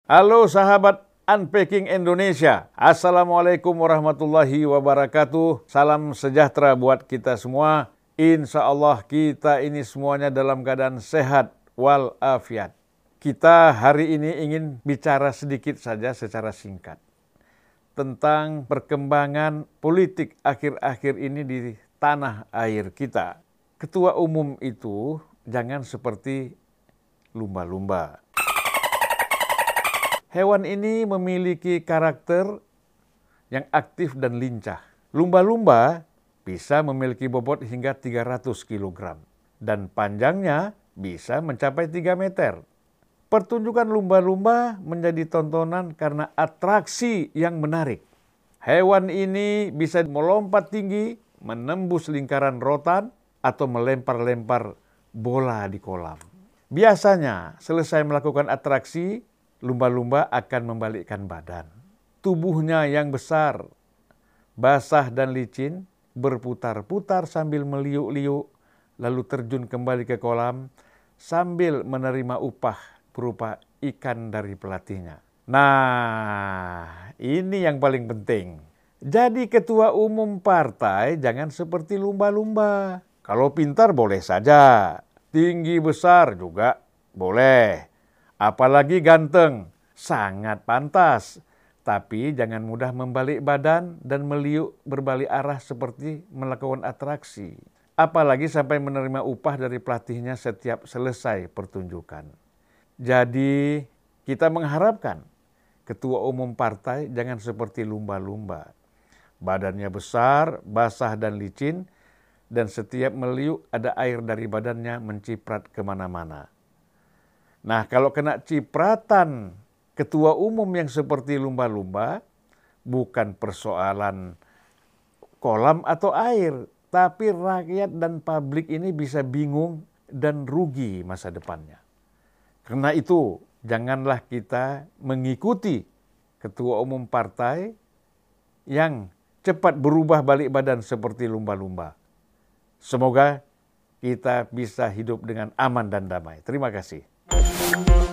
Halo sahabat Unpacking Indonesia. Assalamualaikum warahmatullahi wabarakatuh. Salam sejahtera buat kita semua. Insya Allah kita ini semuanya dalam keadaan sehat walafiat. Kita hari ini ingin bicara sedikit saja secara singkat tentang perkembangan politik akhir-akhir ini di tanah air kita. Ketua umum itu jangan seperti lumba-lumba. Hewan ini memiliki karakter yang aktif dan lincah. Lumba-lumba bisa memiliki bobot hingga 300 kg dan panjangnya bisa mencapai 3 meter. Pertunjukan lumba-lumba menjadi tontonan karena atraksi yang menarik. Hewan ini bisa melompat tinggi, menembus lingkaran rotan, atau melempar-lempar bola di kolam. Biasanya selesai melakukan atraksi, lumba-lumba akan membalikkan badan. Tubuhnya yang besar, basah dan licin, berputar-putar sambil meliuk-liuk, lalu terjun kembali ke kolam sambil menerima upah berupa ikan dari pelatihnya. Nah, ini yang paling penting. Jadi ketua umum partai jangan seperti lumba-lumba. Kalau pintar boleh saja, tinggi besar juga boleh. Apalagi ganteng, sangat pantas. Tapi jangan mudah membalik badan dan meliuk berbalik arah seperti melakukan atraksi. Apalagi sampai menerima upah dari pelatihnya setiap selesai pertunjukan. Jadi kita mengharapkan ketua umum partai jangan seperti lumba-lumba. Badannya besar, basah dan licin, dan setiap meliuk ada air dari badannya menciprat kemana-mana. Nah, kalau kena cipratan ketua umum yang seperti lumba-lumba, bukan persoalan kolam atau air, tapi rakyat dan publik ini bisa bingung dan rugi masa depannya. Karena itu, janganlah kita mengikuti ketua umum partai yang cepat berubah balik badan seperti lumba-lumba. Semoga kita bisa hidup dengan aman dan damai. Terima kasih.